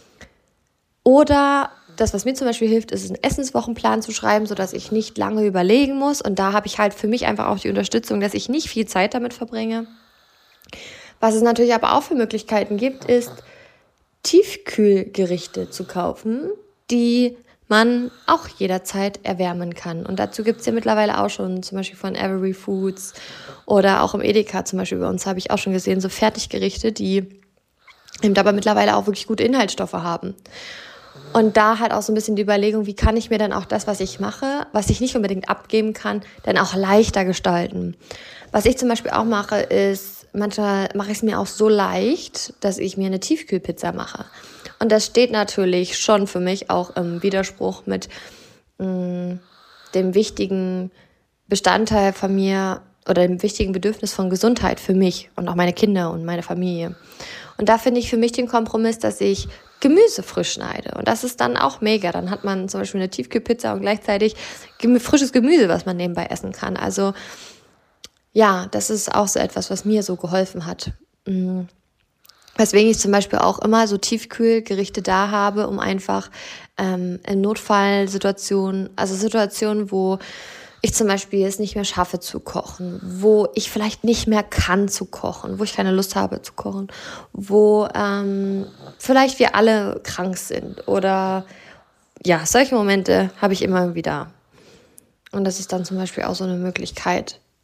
S1: Oder das, was mir zum Beispiel hilft, ist, einen Essenswochenplan zu schreiben, sodass ich nicht lange überlegen muss. Und da habe ich halt für mich einfach auch die Unterstützung, dass ich nicht viel Zeit damit verbringe. Was es natürlich aber auch für Möglichkeiten gibt, ist, Tiefkühlgerichte zu kaufen, die man auch jederzeit erwärmen kann. Und dazu gibt es ja mittlerweile auch schon, zum Beispiel von Every Foods oder auch im Edeka zum Beispiel bei uns, habe ich auch schon gesehen, so Fertiggerichte, die eben aber mittlerweile auch wirklich gute Inhaltsstoffe haben. Und da halt auch so ein bisschen die Überlegung, wie kann ich mir dann auch das, was ich mache, was ich nicht unbedingt abgeben kann, dann auch leichter gestalten. Was ich zum Beispiel auch mache, ist, manchmal mache ich es mir auch so leicht, dass ich mir eine Tiefkühlpizza mache. Und das steht natürlich schon für mich auch im Widerspruch mit dem wichtigen Bestandteil von mir oder dem wichtigen Bedürfnis von Gesundheit für mich und auch meine Kinder und meine Familie. Und da finde ich für mich den Kompromiss, dass ich Gemüse frisch schneide. Und das ist dann auch mega. Dann hat man zum Beispiel eine Tiefkühlpizza und gleichzeitig frisches Gemüse, was man nebenbei essen kann. Also ja, das ist auch so etwas, was mir so geholfen hat. Weswegen ich zum Beispiel auch immer so Tiefkühlgerichte da habe, um einfach in Notfallsituationen, also Situationen, wo ich zum Beispiel es nicht mehr schaffe zu kochen, wo ich vielleicht nicht mehr kann zu kochen, wo ich keine Lust habe zu kochen, wo vielleicht wir alle krank sind oder ja, solche Momente habe ich immer wieder. Und das ist dann zum Beispiel auch so eine Möglichkeit.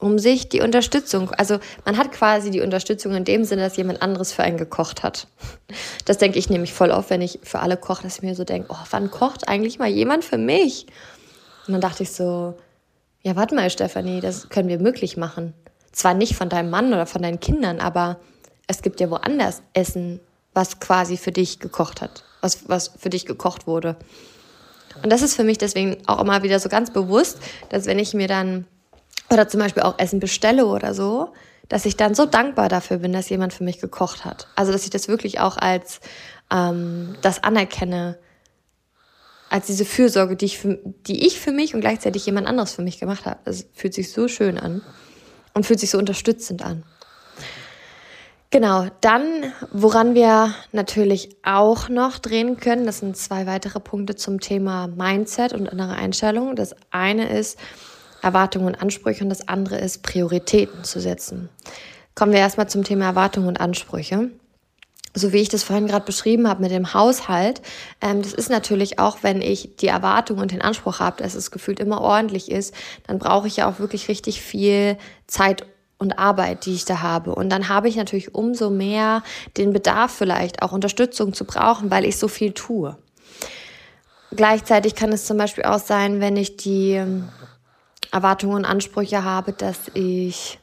S1: um sich die Unterstützung, also man hat quasi die Unterstützung in dem Sinne, dass jemand anderes für einen gekocht hat. Das denke ich nämlich voll oft, wenn ich für alle koche, dass ich mir so denke, oh, wann kocht eigentlich mal jemand für mich? Und dann dachte ich so, ja, warte mal, Stefanie, das können wir möglich machen. Zwar nicht von deinem Mann oder von deinen Kindern, aber es gibt ja woanders Essen, was quasi für dich gekocht hat, was für dich gekocht wurde. Und das ist für mich deswegen auch immer wieder so ganz bewusst, dass wenn ich mir dann oder zum Beispiel auch Essen bestelle oder so, dass ich dann so dankbar dafür bin, dass jemand für mich gekocht hat. Also dass ich das wirklich auch als das anerkenne, als diese Fürsorge, die ich für mich und gleichzeitig jemand anderes für mich gemacht habe. Das fühlt sich so schön an und fühlt sich so unterstützend an. Genau, dann, woran wir natürlich auch noch drehen können, das sind 2 weitere Punkte zum Thema Mindset und innere Einstellung. Das eine ist Erwartungen und Ansprüche und das andere ist Prioritäten zu setzen. Kommen wir erstmal zum Thema Erwartungen und Ansprüche. So wie ich das vorhin gerade beschrieben habe mit dem Haushalt, das ist natürlich auch, wenn ich die Erwartung und den Anspruch habe, dass es gefühlt immer ordentlich ist, dann brauche ich ja auch wirklich richtig viel Zeit und Arbeit, die ich da habe. Und dann habe ich natürlich umso mehr den Bedarf vielleicht auch Unterstützung zu brauchen, weil ich so viel tue. Gleichzeitig kann es zum Beispiel auch sein, wenn ich die Erwartungen und Ansprüche habe, dass ich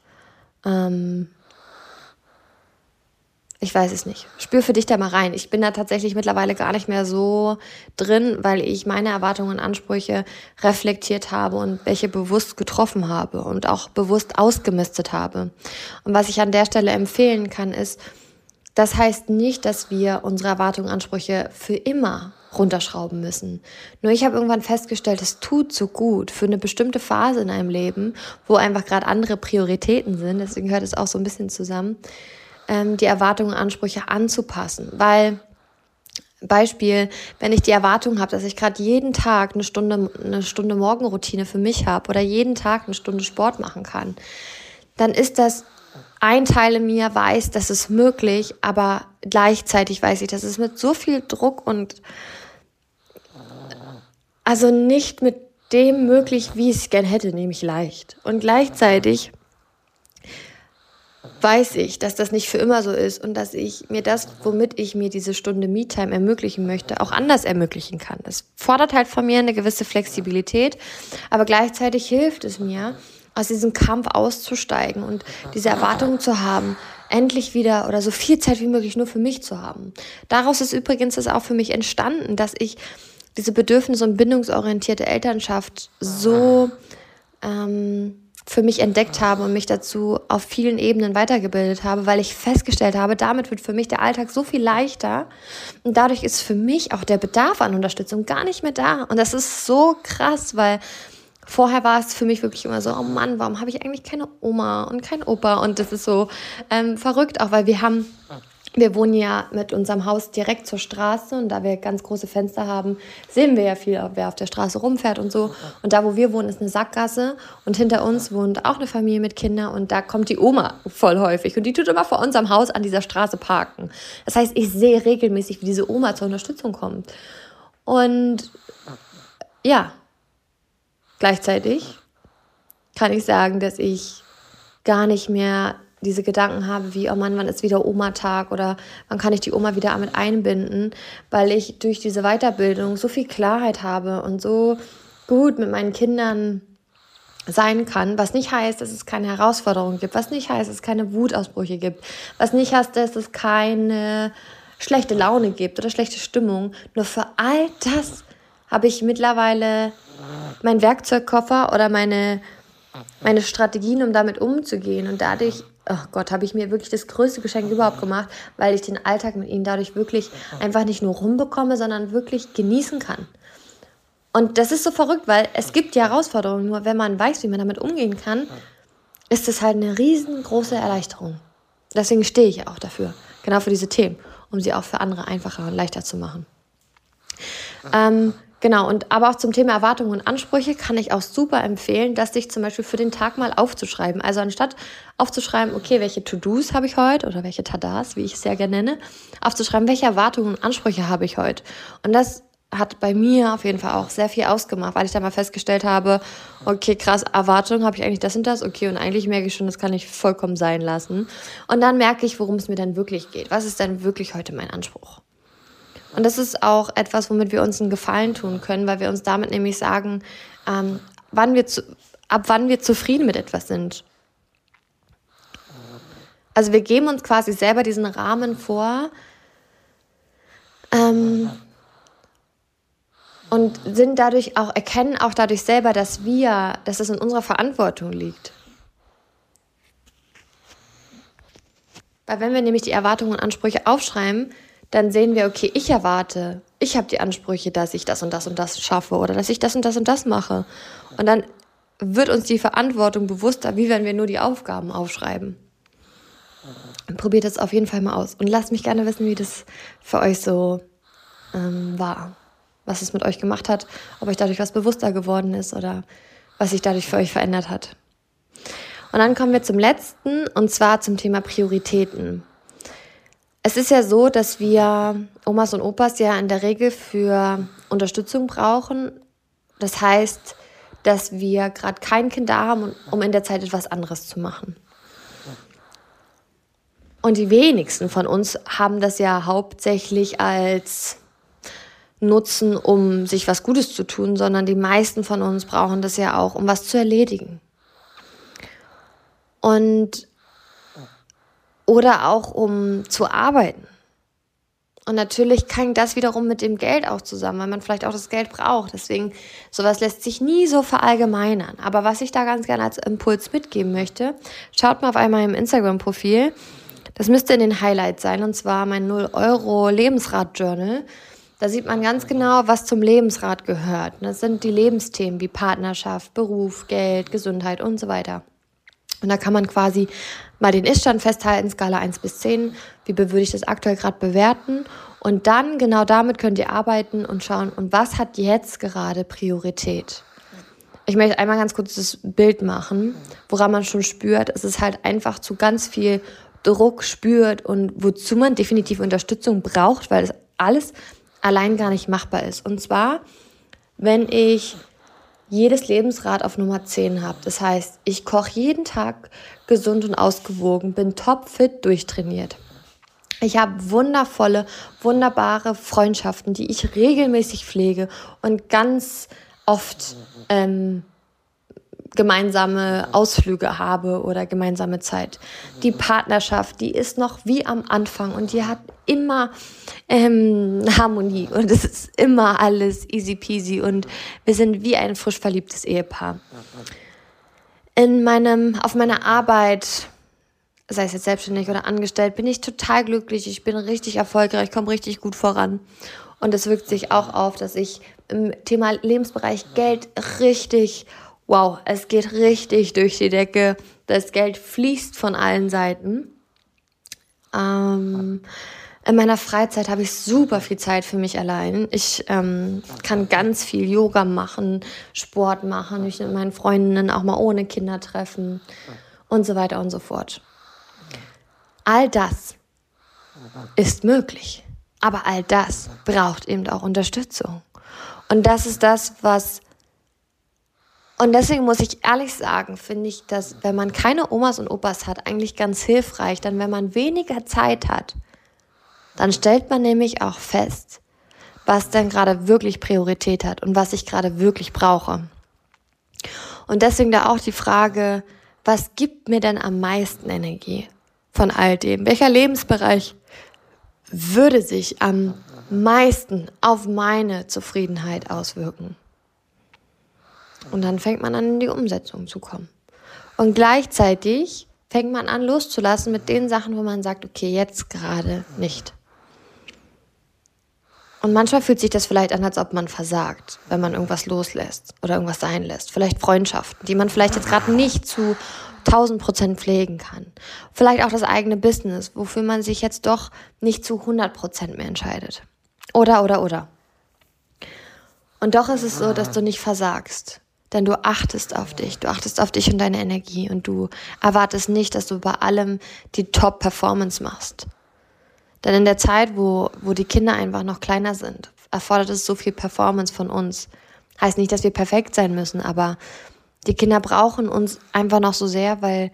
S1: weiß es nicht. Spür für dich da mal rein. Ich bin da tatsächlich mittlerweile gar nicht mehr so drin, weil ich meine Erwartungen und Ansprüche reflektiert habe und welche bewusst getroffen habe und auch bewusst ausgemistet habe. Und was ich an der Stelle empfehlen kann, ist, das heißt nicht, dass wir unsere Erwartungen und Ansprüche für immer runterschrauben müssen. Nur ich habe irgendwann festgestellt, es tut so gut für eine bestimmte Phase in einem Leben, wo einfach gerade andere Prioritäten sind, deswegen gehört es auch so ein bisschen zusammen, die Erwartungen und Ansprüche anzupassen. Weil, Beispiel, wenn ich die Erwartung habe, dass ich gerade jeden Tag eine Stunde Morgenroutine für mich habe oder jeden Tag eine Stunde Sport machen kann, dann ist das ein Teil in mir weiß, das ist möglich, aber gleichzeitig weiß ich, dass es mit so viel Druck und also nicht mit dem möglich, wie ich es gern hätte, nämlich leicht. Und gleichzeitig weiß ich, dass das nicht für immer so ist und dass ich mir das, womit ich mir diese Stunde Me-Time ermöglichen möchte, auch anders ermöglichen kann. Das fordert halt von mir eine gewisse Flexibilität, aber gleichzeitig hilft es mir, aus diesem Kampf auszusteigen und diese Erwartungen zu haben, endlich wieder oder so viel Zeit wie möglich nur für mich zu haben. Daraus ist übrigens das auch für mich entstanden, dass ich diese bedürfnis- und bindungsorientierte Elternschaft so für mich entdeckt habe und mich dazu auf vielen Ebenen weitergebildet habe, weil ich festgestellt habe, damit wird für mich der Alltag so viel leichter und dadurch ist für mich auch der Bedarf an Unterstützung gar nicht mehr da. Und das ist so krass, weil vorher war es für mich wirklich immer so, oh Mann, warum habe ich eigentlich keine Oma und keinen Opa? Und das ist so verrückt, auch weil wir wohnen ja mit unserem Haus direkt zur Straße und da wir ganz große Fenster haben, sehen wir ja viel, wer auf der Straße rumfährt und so. Und da, wo wir wohnen, ist eine Sackgasse und hinter uns wohnt auch eine Familie mit Kindern und da kommt die Oma voll häufig und die tut immer vor unserem Haus an dieser Straße parken. Das heißt, ich sehe regelmäßig, wie diese Oma zur Unterstützung kommt. Und ja, gleichzeitig kann ich sagen, dass ich gar nicht mehr diese Gedanken habe wie, oh Mann, wann ist wieder Oma-Tag oder wann kann ich die Oma wieder mit einbinden, weil ich durch diese Weiterbildung so viel Klarheit habe und so gut mit meinen Kindern sein kann, was nicht heißt, dass es keine Herausforderungen gibt, was nicht heißt, dass es keine Wutausbrüche gibt, was nicht heißt, dass es keine schlechte Laune gibt oder schlechte Stimmung. Nur für all das habe ich mittlerweile meinen Werkzeugkoffer oder meine Strategien, um damit umzugehen. Und dadurch, oh Gott, habe ich mir wirklich das größte Geschenk überhaupt gemacht, weil ich den Alltag mit ihnen dadurch wirklich einfach nicht nur rumbekomme, sondern wirklich genießen kann. Und das ist so verrückt, weil es gibt die Herausforderungen, nur wenn man weiß, wie man damit umgehen kann, ist es halt eine riesengroße Erleichterung. Deswegen stehe ich auch dafür, genau für diese Themen, um sie auch für andere einfacher und leichter zu machen. Genau, aber auch zum Thema Erwartungen und Ansprüche kann ich auch super empfehlen, das sich zum Beispiel für den Tag mal aufzuschreiben. Also anstatt aufzuschreiben, okay, welche To-Dos habe ich heute oder welche Tadas, wie ich es sehr gerne nenne, aufzuschreiben, welche Erwartungen und Ansprüche habe ich heute. Und das hat bei mir auf jeden Fall auch sehr viel ausgemacht, weil ich da mal festgestellt habe, okay, krass, Erwartungen habe ich eigentlich das und das, okay, und eigentlich merke ich schon, das kann ich vollkommen sein lassen. Und dann merke ich, worum es mir dann wirklich geht. Was ist denn wirklich heute mein Anspruch? Und das ist auch etwas, womit wir uns einen Gefallen tun können, weil wir uns damit nämlich sagen, ab wann wir zufrieden mit etwas sind. Also wir geben uns quasi selber diesen Rahmen vor, und erkennen auch dadurch selber, dass es in unserer Verantwortung liegt. Weil wenn wir nämlich die Erwartungen und Ansprüche aufschreiben, dann sehen wir, okay, ich habe die Ansprüche, dass ich das und das und das schaffe oder dass ich das und das mache. Und dann wird uns die Verantwortung bewusster, wie wenn wir nur die Aufgaben aufschreiben. Probiert das auf jeden Fall mal aus und lasst mich gerne wissen, wie das für euch so war. Was es mit euch gemacht hat, ob euch dadurch was bewusster geworden ist oder was sich dadurch für euch verändert hat. Und dann kommen wir zum letzten, und zwar zum Thema Prioritäten. Es ist ja so, dass wir Omas und Opas ja in der Regel für Unterstützung brauchen. Das heißt, dass wir gerade kein Kind da haben, um in der Zeit etwas anderes zu machen. Und die wenigsten von uns haben das ja hauptsächlich als Nutzen, um sich was Gutes zu tun, sondern die meisten von uns brauchen das ja auch, um was zu erledigen. Oder auch um zu arbeiten. Und natürlich hängt das wiederum mit dem Geld auch zusammen, weil man vielleicht auch das Geld braucht. Deswegen, sowas lässt sich nie so verallgemeinern. Aber was ich da ganz gerne als Impuls mitgeben möchte, schaut mal auf einmal im Instagram-Profil. Das müsste in den Highlights sein, und zwar mein 0 € Lebensrat-Journal. Da sieht man ganz genau, was zum Lebensrat gehört. Das sind die Lebensthemen wie Partnerschaft, Beruf, Geld, Gesundheit und so weiter. Und da kann man quasi mal den Ist-Stand festhalten, Skala 1 bis 10. Wie würde ich das aktuell gerade bewerten? Und dann genau damit könnt ihr arbeiten und schauen, und was hat jetzt gerade Priorität? Ich möchte einmal ganz kurz das Bild machen, woran man schon spürt, es ist halt einfach zu ganz viel Druck spürt und wozu man definitiv Unterstützung braucht, weil das alles allein gar nicht machbar ist. Und zwar, wenn ich jedes Lebensrad auf Nummer 10 habe. Das heißt, ich koche jeden Tag gesund und ausgewogen, bin topfit durchtrainiert. Ich habe wundervolle, wunderbare Freundschaften, die ich regelmäßig pflege und ganz oft gemeinsame Ausflüge habe oder gemeinsame Zeit. Die Partnerschaft, die ist noch wie am Anfang und die hat immer Harmonie und es ist immer alles easy peasy und wir sind wie ein frisch verliebtes Ehepaar. Auf meiner Arbeit, sei es jetzt selbstständig oder angestellt, bin ich total glücklich, ich bin richtig erfolgreich, komme richtig gut voran. Und es wirkt sich auch auf, dass ich im Thema Lebensbereich Geld es geht richtig durch die Decke. Das Geld fließt von allen Seiten. In meiner Freizeit habe ich super viel Zeit für mich allein. Ich kann ganz viel Yoga machen, Sport machen, mich mit meinen Freundinnen auch mal ohne Kinder treffen und so weiter und so fort. All das ist möglich, aber all das braucht eben auch Unterstützung. Und das ist das, und deswegen muss ich ehrlich sagen, finde ich, dass wenn man keine Omas und Opas hat, eigentlich ganz hilfreich, dann wenn man weniger Zeit hat, dann stellt man nämlich auch fest, was denn gerade wirklich Priorität hat und was ich gerade wirklich brauche. Und deswegen da auch die Frage, was gibt mir denn am meisten Energie von all dem? Welcher Lebensbereich würde sich am meisten auf meine Zufriedenheit auswirken? Und dann fängt man an, in die Umsetzung zu kommen. Und gleichzeitig fängt man an, loszulassen mit den Sachen, wo man sagt, okay, jetzt gerade nicht. Und manchmal fühlt sich das vielleicht an, als ob man versagt, wenn man irgendwas loslässt oder irgendwas sein lässt. Vielleicht Freundschaften, die man vielleicht jetzt gerade nicht zu 1000% pflegen kann. Vielleicht auch das eigene Business, wofür man sich jetzt doch nicht zu 100% mehr entscheidet. Oder. Und doch ist es so, dass du nicht versagst. Denn du achtest auf dich und deine Energie und du erwartest nicht, dass du bei allem die Top-Performance machst. Denn in der Zeit, wo die Kinder einfach noch kleiner sind, erfordert es so viel Performance von uns. Heißt nicht, dass wir perfekt sein müssen, aber die Kinder brauchen uns einfach noch so sehr, weil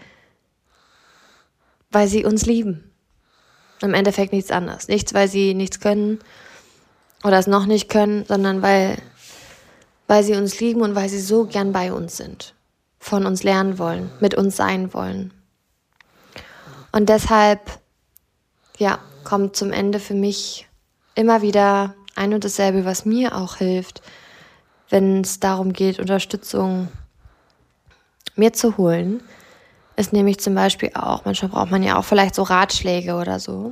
S1: sie uns lieben. Im Endeffekt nichts anderes. Nichts, weil sie nichts können oder es noch nicht können, sondern weil sie uns lieben und weil sie so gern bei uns sind, von uns lernen wollen, mit uns sein wollen. Und deshalb, kommt zum Ende für mich immer wieder ein und dasselbe, was mir auch hilft, wenn es darum geht, Unterstützung mir zu holen, ist nämlich zum Beispiel auch, manchmal braucht man ja auch vielleicht so Ratschläge oder so.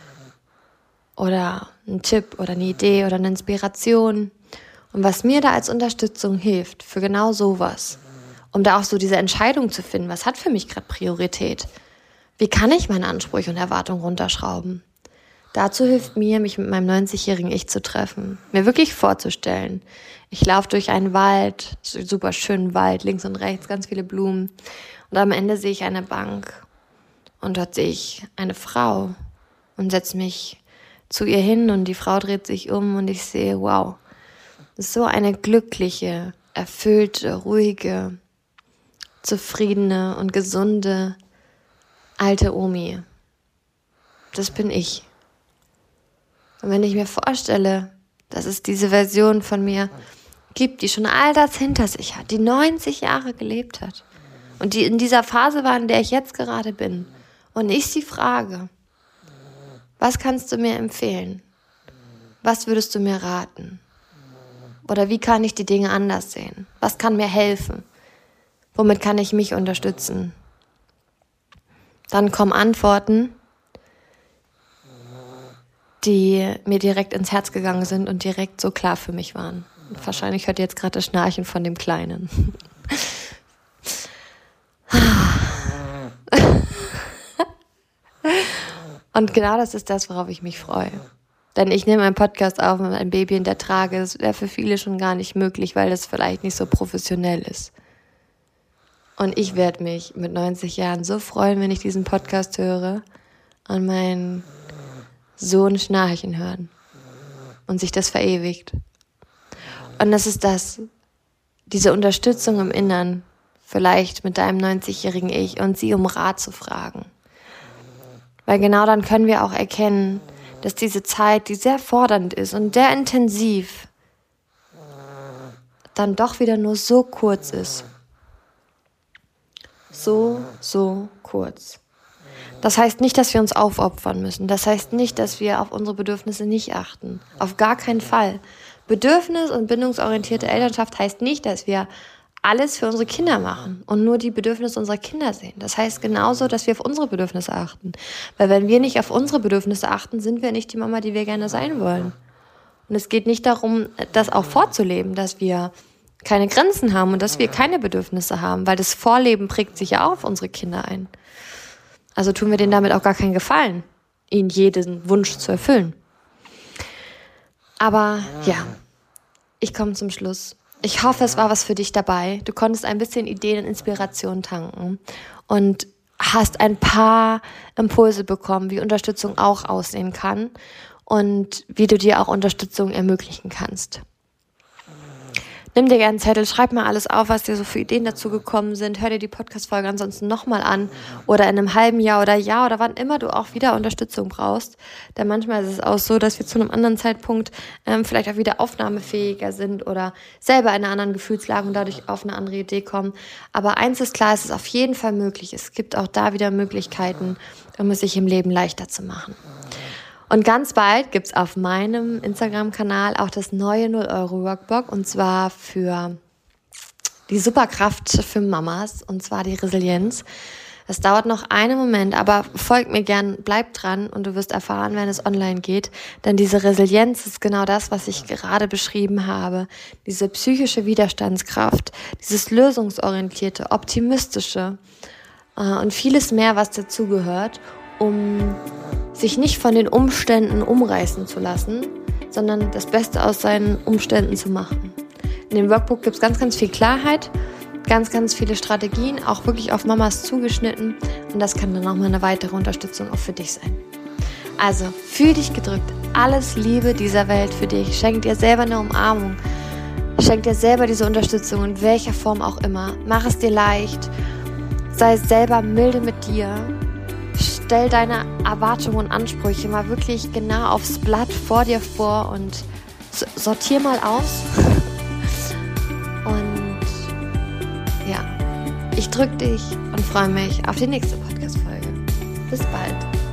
S1: Oder einen Tipp oder eine Idee oder eine Inspiration. Und was mir da als Unterstützung hilft, für genau sowas, um da auch so diese Entscheidung zu finden, was hat für mich gerade Priorität? Wie kann ich meine Ansprüche und Erwartungen runterschrauben? Dazu hilft mir, mich mit meinem 90-jährigen Ich zu treffen, mir wirklich vorzustellen. Ich laufe durch einen Wald, super schönen Wald, links und rechts, ganz viele Blumen. Und am Ende sehe ich eine Bank und dort sehe ich eine Frau und setze mich zu ihr hin und die Frau dreht sich um und ich sehe, wow, das ist so eine glückliche, erfüllte, ruhige, zufriedene und gesunde alte Omi. Das bin ich. Und wenn ich mir vorstelle, dass es diese Version von mir gibt, die schon all das hinter sich hat, die 90 Jahre gelebt hat und die in dieser Phase war, in der ich jetzt gerade bin, und ich sie frage, was kannst du mir empfehlen? Was würdest du mir raten? Oder wie kann ich die Dinge anders sehen? Was kann mir helfen? Womit kann ich mich unterstützen? Dann kommen Antworten, die mir direkt ins Herz gegangen sind und direkt so klar für mich waren. Und wahrscheinlich hört ihr jetzt gerade das Schnarchen von dem Kleinen. Und genau das ist das, worauf ich mich freue. Denn ich nehme einen Podcast auf mit einem Baby in der Trage. Das wäre für viele schon gar nicht möglich, weil das vielleicht nicht so professionell ist. Und ich werde mich mit 90 Jahren so freuen, wenn ich diesen Podcast höre und meinen Sohn schnarchen hören und sich das verewigt. Und das ist diese Unterstützung im Innern, vielleicht mit deinem 90-jährigen Ich und sie um Rat zu fragen. Weil genau dann können wir auch erkennen, dass diese Zeit, die sehr fordernd ist und sehr intensiv, dann doch wieder nur so kurz ist. So kurz. Das heißt nicht, dass wir uns aufopfern müssen. Das heißt nicht, dass wir auf unsere Bedürfnisse nicht achten. Auf gar keinen Fall. Bedürfnis- und bindungsorientierte Elternschaft heißt nicht, dass wir alles für unsere Kinder machen und nur die Bedürfnisse unserer Kinder sehen. Das heißt genauso, dass wir auf unsere Bedürfnisse achten. Weil wenn wir nicht auf unsere Bedürfnisse achten, sind wir nicht die Mama, die wir gerne sein wollen. Und es geht nicht darum, das auch vorzuleben, dass wir keine Grenzen haben und dass wir keine Bedürfnisse haben, weil das Vorleben prägt sich ja auch auf unsere Kinder ein. Also tun wir denen damit auch gar keinen Gefallen, ihnen jeden Wunsch zu erfüllen. Aber ja, ich komme zum Schluss. Ich hoffe, es war was für dich dabei. Du konntest ein bisschen Ideen und Inspiration tanken und hast ein paar Impulse bekommen, wie Unterstützung auch aussehen kann und wie du dir auch Unterstützung ermöglichen kannst. Nimm dir gerne einen Zettel, schreib mal alles auf, was dir so für Ideen dazu gekommen sind. Hör dir die Podcast-Folge ansonsten nochmal an oder in einem halben Jahr oder wann immer du auch wieder Unterstützung brauchst. Denn manchmal ist es auch so, dass wir zu einem anderen Zeitpunkt vielleicht auch wieder aufnahmefähiger sind oder selber in einer anderen Gefühlslage und dadurch auf eine andere Idee kommen. Aber eins ist klar, es ist auf jeden Fall möglich. Es gibt auch da wieder Möglichkeiten, um es sich im Leben leichter zu machen. Und ganz bald gibt's auf meinem Instagram-Kanal auch das neue 0-Euro-Workbook und zwar für die Superkraft für Mamas und zwar die Resilienz. Es dauert noch einen Moment, aber folgt mir gern, bleib dran und du wirst erfahren, wenn es online geht. Denn diese Resilienz ist genau das, was ich gerade beschrieben habe. Diese psychische Widerstandskraft, dieses lösungsorientierte, optimistische und vieles mehr, was dazugehört, um sich nicht von den Umständen umreißen zu lassen, sondern das Beste aus seinen Umständen zu machen. In dem Workbook gibt es ganz, ganz viel Klarheit, ganz, ganz viele Strategien, auch wirklich auf Mamas zugeschnitten und das kann dann nochmal eine weitere Unterstützung auch für dich sein. Also, fühl dich gedrückt, alles Liebe dieser Welt für dich. Schenk dir selber eine Umarmung. Schenk dir selber diese Unterstützung, in welcher Form auch immer. Mach es dir leicht. Sei selber milde mit dir. Stell deine Erwartungen und Ansprüche mal wirklich genau aufs Blatt vor dir vor und sortier mal aus. Und ja, ich drücke dich und freue mich auf die nächste Podcast-Folge. Bis bald.